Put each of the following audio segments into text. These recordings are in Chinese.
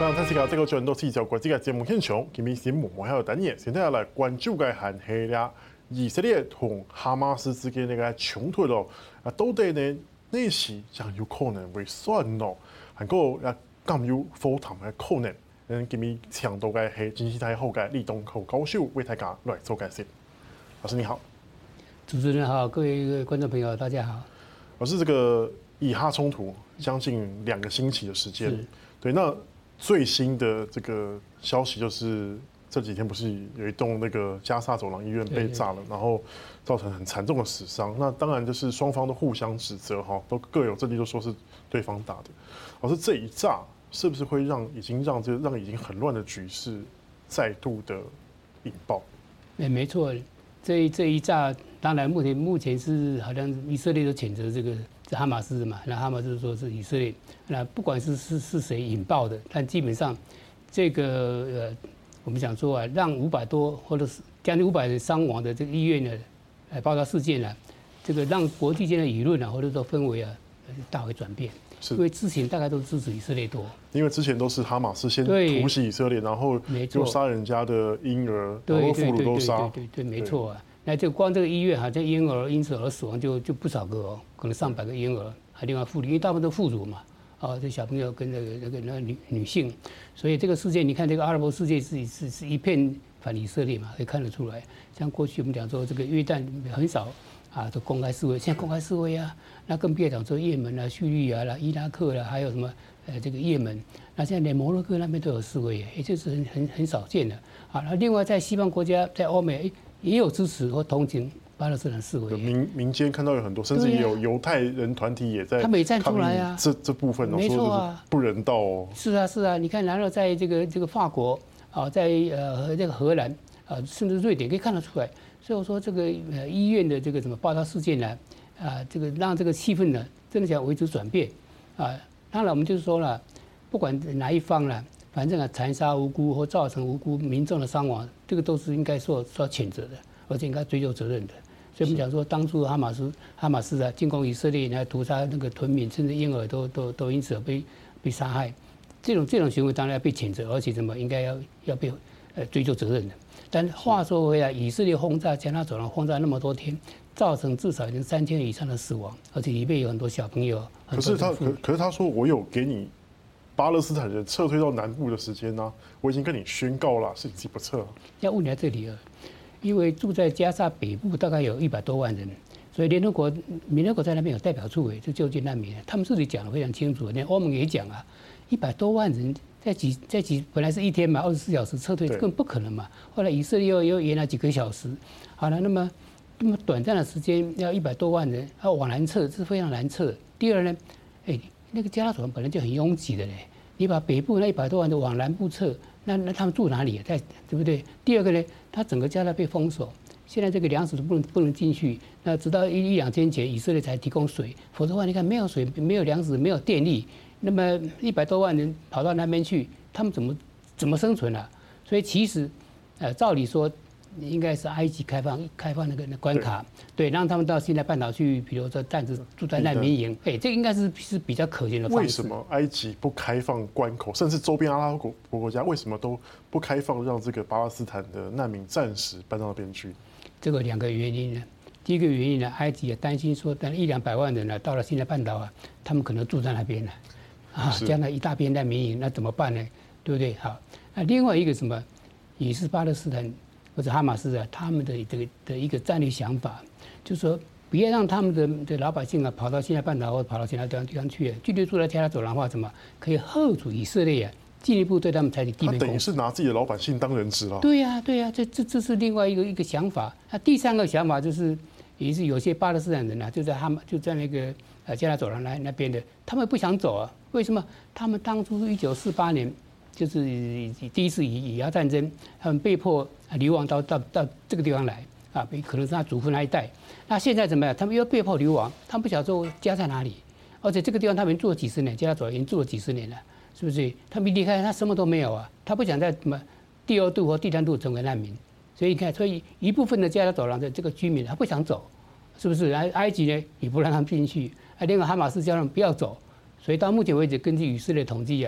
咱睇下这个转到四条国际嘅节目现场，今日新闻还有等嘢，先睇下来关注嘅系啦，以色列同哈马斯之间那个冲突咯，到底呢呢時將有可能會算咯，還個咁有火談嘅可能。今日請到嘅係經濟太后嘅李東厚教授為大家來做解釋。老師你好， 主持人好，各位觀眾朋友大家好。 老師，這個以哈衝突將近2個星期的時間，對，那最新的這個消息就是這幾天不是有一棟那個加沙走廊醫院被炸了，然後造成很慘重的死傷。那當然就是雙方都互相指責哈，都各有證據，都說是對方打的。老師，這一炸是不是會讓已經很亂的局勢再度的引爆？ 沒錯，這一炸當然目前是好像以色列都譴責這個哈馬斯嘛，那哈馬斯說是以色列，那不管是誰引爆的，但基本上這個我們想說啊，讓500多或者是將近500人傷亡的這個醫院呢，爆炸事件呢，這個讓國際間的輿論啊，或者說氛圍啊，大為轉變。因為之前大概都支持以色列多，因為之前都是哈馬斯先突襲以色列，然後就殺人家的嬰兒，然後婦孺都殺。對，沒錯啊。那就光這個醫院哈，這嬰兒因此而死亡就不少個哦，可能上百個嬰兒，還另外婦女，因為大部分都婦孺嘛。啊，這小朋友跟那個女性，所以這個世界，你看這個阿拉伯世界是一片反以色列嘛，可以看得出來。像過去我們講說，這個約旦很少啊，都公開示威，現在公開示威啊，那更別講說也門啦、敘利亞啦、伊拉克啦，還有什麼這個也門，那現在連摩洛哥那邊都有示威，也就是很少見的。啊，那另外在西方國家，在歐美也有支持或同情巴勒斯坦示威， 民間看到有很多，甚至也有猶太人團體也在， 他們也站出來啊。 這部分， 沒錯啊， 不人道哦。 是啊，你看，然後在這個法國啊，在這個荷蘭啊，甚至瑞典可以看得出來。所以我說，這個醫院的這個什麼爆炸事件呢，啊，這個讓這個氣氛呢，真的想為之轉變啊。當然，我們就是說了，不管哪一方了，反正啊，殘殺無辜或造成無辜民眾的傷亡，這個都是應該受譴責的，而且應該追究責任的。所以我們講說，當初哈馬斯啊進攻以色列，然後屠殺那個屯民，甚至嬰兒都因此而被殺害，這種行為當然要被譴責，而且什麼應該要被追究責任的。但話說回來，以色列轟炸加沙走廊轟炸那麼多天，造成至少已經3000人以上的死亡，而且裡面有很多小朋友。 可是他說我有給你巴勒斯坦人撤退到南部的時間啊，我已經跟你宣告了，是你自己不撤。要問你在這裡了。因為住在加沙北部大概有100多萬人，所以聯合國在那邊有代表處就救濟難民，他們自己講得非常清楚，連歐盟也講啊，100多萬人在本來是1天嘛，24小時撤退根本不可能嘛。後來以色列又延了幾個小時，好了，那麼短暫的時間要100多萬人要往南撤，這是非常難撤。第二呢，那個加沙走廊本來就很擁擠的嘞，你把北部那100多萬人往南部撤，那他們住哪裡？對不對？第二個呢，他整個加沙被封鎖，現在這個糧食都不能進去。那直到一兩天前，以色列才提供水，否則的話，你看沒有水、沒有糧食、沒有電力，那麼100多萬人跑到那邊去，他們怎麼生存啊？所以其實，照理說應該是埃及開放那個關卡，對，讓他們到西奈半島去，比如說暫時住在難民營，這應該是比較可行的方式。 為什麼埃及不開放關口，甚至周邊阿拉伯國家為什麼都不開放，讓這個巴勒斯坦的難民暫時搬到那邊去？ 這個2個原因呢。第一個原因呢，埃及也擔心說，但100-200萬人呢到了西奈半島啊，他們可能住在那邊了，啊，將來一大片難民營，那怎麼辦呢？對不對？好，那另外一個什麼，也是巴勒斯坦或者哈馬斯啊，他們的一個戰略想法，就是說不要讓他們的老百姓啊跑到西奈半島或者跑到其他地方去，繼續住在加沙走廊的話，怎麼可以嚇阻以色列啊，進一步對他們採取地面攻勢？他等於是拿自己的老百姓當人質了。對呀，這是另外一個想法。那第三個想法就是，也是有些巴勒斯坦人啊，就在那個加沙走廊那邊的，他們不想走啊。為什麼？他們當初1948年就是第一次以牙戰爭，他們被迫流亡到這個地方來啊，可能是他祖父那一代。那現在怎麼樣？他們又被迫流亡，他們不曉得說家在哪裡，而且這個地方他們住了幾十年，加沙走廊已經住了幾十年了，是不是？他們一離開，他什麼都沒有啊，他不想在什麼第2度或第3度成為難民。所以你看，所以一部分的加沙走廊的這個居民他不想走，是不是？埃及呢也不讓他們進去，另外哈馬斯叫他們不要走。所以到目前為止，根據以色列統計啊，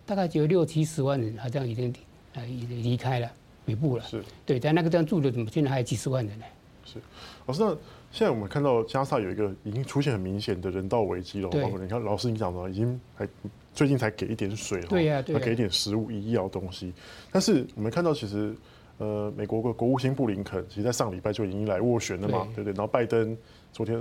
大概只有60-70万人，好像已经离开了北部了。 是， 对，在那个地方住的，怎么现在还有几十万人呢？ 是，老师，那现在我们看到加萨有一个已经出现很明显的人道危机了，包括你看老师你讲的，已经最近才给一点水， 对呀，对， 给一点食物、医药东西，但是我们看到其实。美国国务卿布林肯，其实在上礼拜就已经来斡旋了嘛，对不对？然后拜登昨天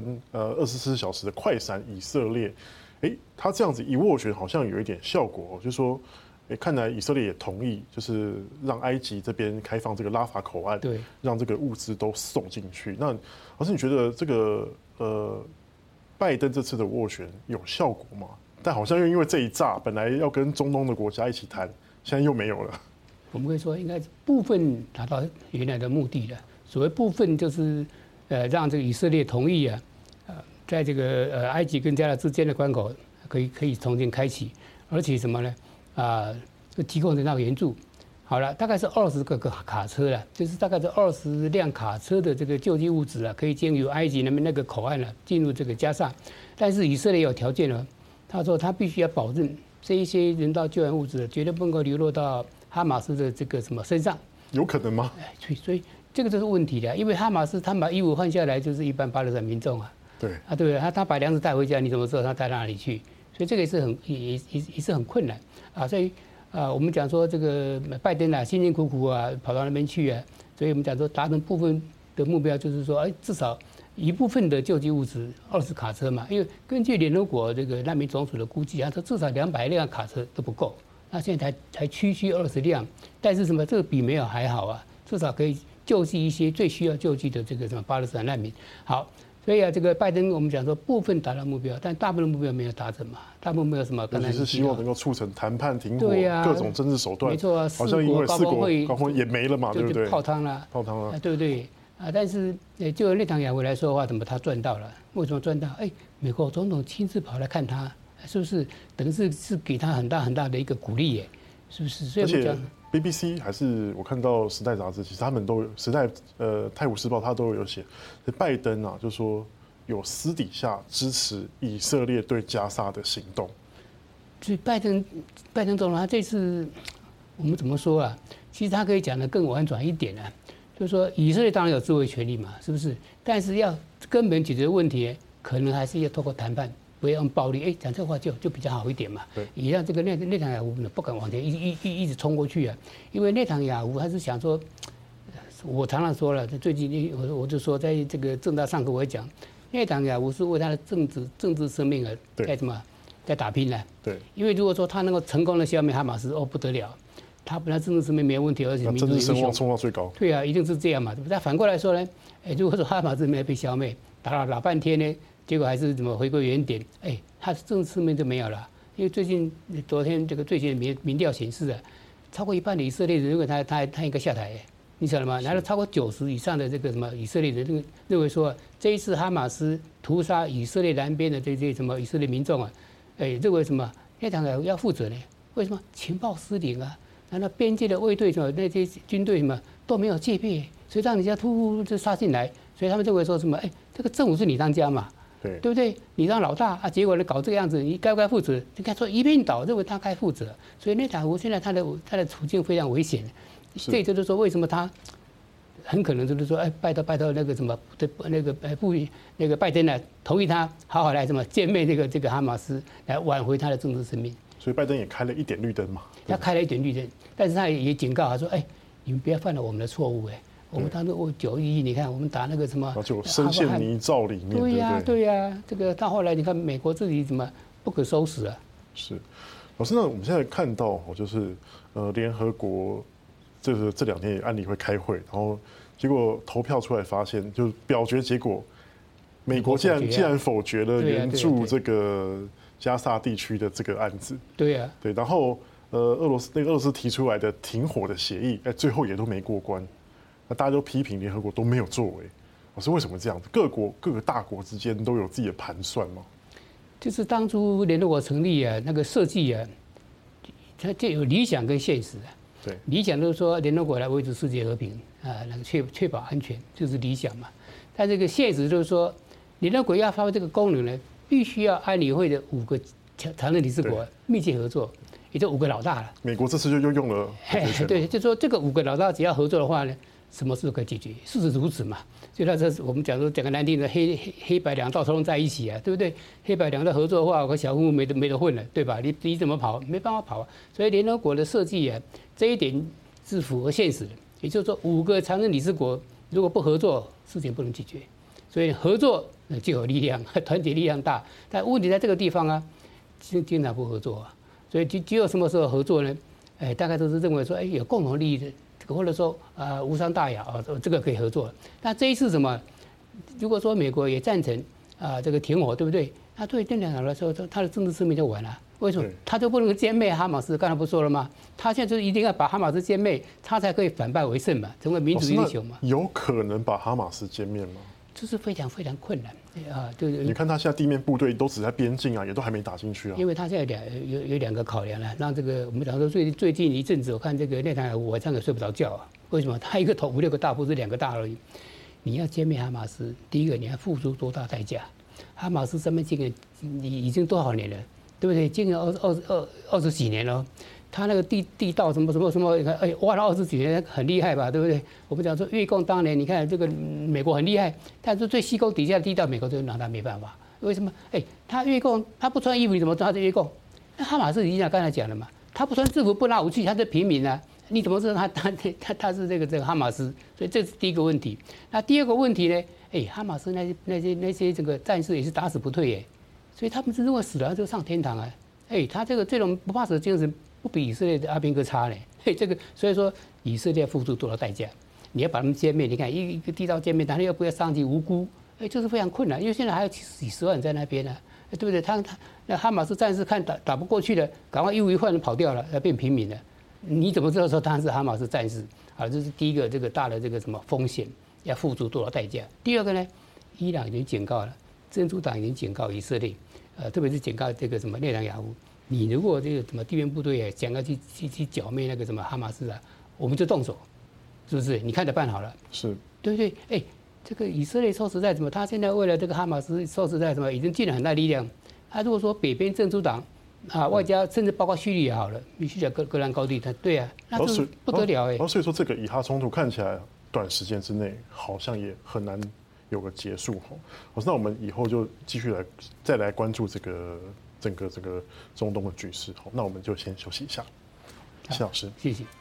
24小时的快闪以色列，他这样子一斡旋，好像有一点效果，就是说，看来以色列也同意，就是让埃及这边开放这个拉法口岸， 对， 让这个物资都送进去。那老师，你觉得这个拜登这次的斡旋有效果吗？但好像又因为这一炸，本来要跟中东的国家一起谈，现在又没有了。 我们会说，应该部分达到原来的目的了。所谓部分，就是让这个以色列同意啊，在这个埃及跟加纳之间的关口可以重新开启，而且什么呢？提供人道援助。好了，大概是20个卡车了，就是大概是20辆卡车的这个救济物资啊，可以经由埃及那个口岸了进入这个加萨。但是以色列有条件了，他说他必须要保证这一些人道救援物资绝对不能够流落到哈马斯的这个什么身上， 有可能吗？ 所以这个就是问题的，因为哈马斯他把衣服换下来，就是一般巴勒斯坦民众啊。 对啊，对，他把粮食带回家，你怎么知道他带到哪里去？所以这个也是很困难啊。所以我们讲说这个拜登啊，辛辛苦苦啊跑到那边去啊，所以我们讲说达成部分的目标，就是说，至少一部分的救济物资20卡车嘛，因为根据联合国这个难民总署的估计，他说至少200辆卡车都不够。那现在才区20辆，但是什么这个比没有还好啊，至少可以救济一些最需要救济的这个什么巴勒斯坦难民。好，所以这个拜登我们讲说部分达到目标，但大部分目标没有达成嘛，大部分没有什么。 尤其是希望能够促成谈判停火， 对啊， 各种政治手段。 没错啊， 好像因为4国高峰也没了嘛，对不对？ 泡汤了，对不对？但是就内塔尼亚胡来说的话，怎么他赚到了？为什么赚到？美国总统亲自跑来看他。是不是等于是给他很大的一个鼓励耶？是不是？所以而且 BBC 还是我看到《时代》杂志，其实他们都有《时代》泰晤士报》他都有写，拜登啊就说有私底下支持以色列对加沙的行动。 所以拜登总统他这次我们怎么说啊？其实他可以讲得更婉转一点啊，就是说以色列当然有自卫权利嘛，是不是？但是要根本解决问题，可能还是要透过谈判。不要用暴力，讲这话就比较好一点嘛。也让这个内塔尼亚胡呢不敢往前一直冲过去啊，因为内塔尼亚胡还是想说，我常常说了，最近我就说在这个政大上课我会讲，内塔尼亚胡是为他的政治生命在打拼呢。 对， 因为如果说他能够成功的消灭哈马斯，不得了，他本来政治生命没有问题，而且民族政治声望冲到最高。 对啊，一定是这样嘛。但反过来说呢，如果说哈马斯没有被消灭，打了老半天呢。结果还是怎么回归原点？他政治面就没有了，因为昨天这个最新的民调显示啊，超过一半的以色列人认为他应该下台，你晓得吗？然后超过90%以上的这个什么以色列人认为说，这一次哈马斯屠杀以色列南边的这些什么以色列民众啊，认为什么内塔尼亚胡要负责呢？为什么情报失灵啊？难道边界的卫队什么那些军队什么都没有戒备，所以让人家突就杀进来？所以他们认为说什么？这个政府是你当家嘛？对不对？你当老大啊，结果呢搞这个样子，你该不该负责？你看说一边倒，认为他该负责，所以内塔尼亚胡现在他的处境非常危险。这就是说为什么他很可能就是说，拜托那个什么那个拜登呢，同意他好好来什么歼灭这个哈马斯，来挽回他的政治生命。 所以拜登也开了一点绿灯嘛。 他开了一点绿灯，但是他也警告他说，你们不要犯了我们的错误，我们当时911，你看我们打那个什么， 就深陷泥沼里面。 对呀，这个到后来你看美国自己怎么不可收拾啊？ 是，老师，那我们现在看到就是联合国这2天也按理会开会，然后结果投票出来发现，就是表决结果，美国竟然否决了援助这个加沙地区的这个案子。 对呀， 对，然后俄罗斯提出来的停火的协议，最后也都没过关。那大家都批评联合国都没有作为，是为什么这样子？各个大国之间都有自己的盘算吗？ 就是当初联合国成立啊，那个设计啊，它就有理想跟现实啊。 对， 理想就是说联合国来维持世界和平啊，那个确保安全，就是理想嘛。但这个现实就是说，联合国要发挥这个功能呢，必须要安理会的5个常任理事国密切合作。 也就5个老大了。 美国这次就又用了对，就说这个5个老大只要合作的话呢，什么事都可以解决，事实如此嘛。所以他这是我们讲个难听的黑白两道通通在一起啊，对不对？黑白两道合作的话，我和小混混没得混了，对吧？你怎么跑？没办法跑啊。所以联合国的设计啊，这一点是符合现实的。也就是说，5个常任理事国如果不合作，事情不能解决。所以合作就有力量，团结力量大。但问题在这个地方啊，经常不合作啊。所以只有什么时候合作呢？大概都是认为说，有共同利益的。或者说无伤大雅啊，这个可以合作。那这一次什么？如果说美国也赞成这个停火，对不对？那对共产党来说，他的政治生命就完了。为什么？他就不能歼灭哈马斯？刚才不说了吗？他现在就一定要把哈马斯歼灭，他才可以反败为胜嘛，成为民主英雄嘛。 有可能把哈马斯歼灭吗？ 这是非常非常困难啊！就是你看他现在地面部队都只在边境啊，也都还没打进去啊。 因为他现在有2个考量了，让这个我们讲说最近一阵子，我看这个内塔尼亚胡晚上也睡不着觉啊。为什么？他一个头5、6个大，不是2个大而已。你要歼灭哈马斯，第一个你要付出多大代价？哈马斯身边经营已经多少年了，对不对？经营20几年了。他那个地道什么，挖了20几年，很厉害吧，对不对？我们讲说越共当年，你看这个美国很厉害，但是最西沟底下的地道，美国就拿他没办法。为什么？他越共，他不穿衣服，你怎么知道他是越共？那哈马斯已经刚才讲了嘛，他不穿制服，不拿武器，他是平民啊，你怎么知道他是这个哈马斯？所以这是第一个问题。那第二个问题呢？哈马斯那些这个战士也是打死不退耶，所以他们是如果死了就上天堂啊。他这种不怕死的精神。不比以色列的阿兵哥差呢，这个所以说以色列付出多少代价？你要把他们歼灭，你看一个地道歼灭，他又不要伤及无辜，这是非常困难，因为现在还有几十万人在那边呢，对不对？他那哈马斯战士看打不过去了，赶快一无一换跑掉了，要变平民了，你怎么知道说他是哈马斯战士？啊，这是第一个这个大的这个什么风险，要付出多少代价？第二个呢，伊朗已经警告了，真主党已经警告以色列，特别是警告这个什么内塔尼亚胡。你如果这个什么地面部队想要去剿灭那个什么哈马斯啊，我们就动手，是不是？你看着办好了， 是， 对不对？这个以色列说实在什么，他现在为了这个哈马斯说实在什么，已经尽了很大力量。他如果说北边真主党啊，外加甚至包括叙利亚好了，你叙利亚戈兰高地，对啊，那是不得了所以说这个以哈冲突看起来短时间之内好像也很难有个结束那我们以后就继续再来关注这个。整个这个中东的局势，那我们就先休息一下。谢老师， 谢谢。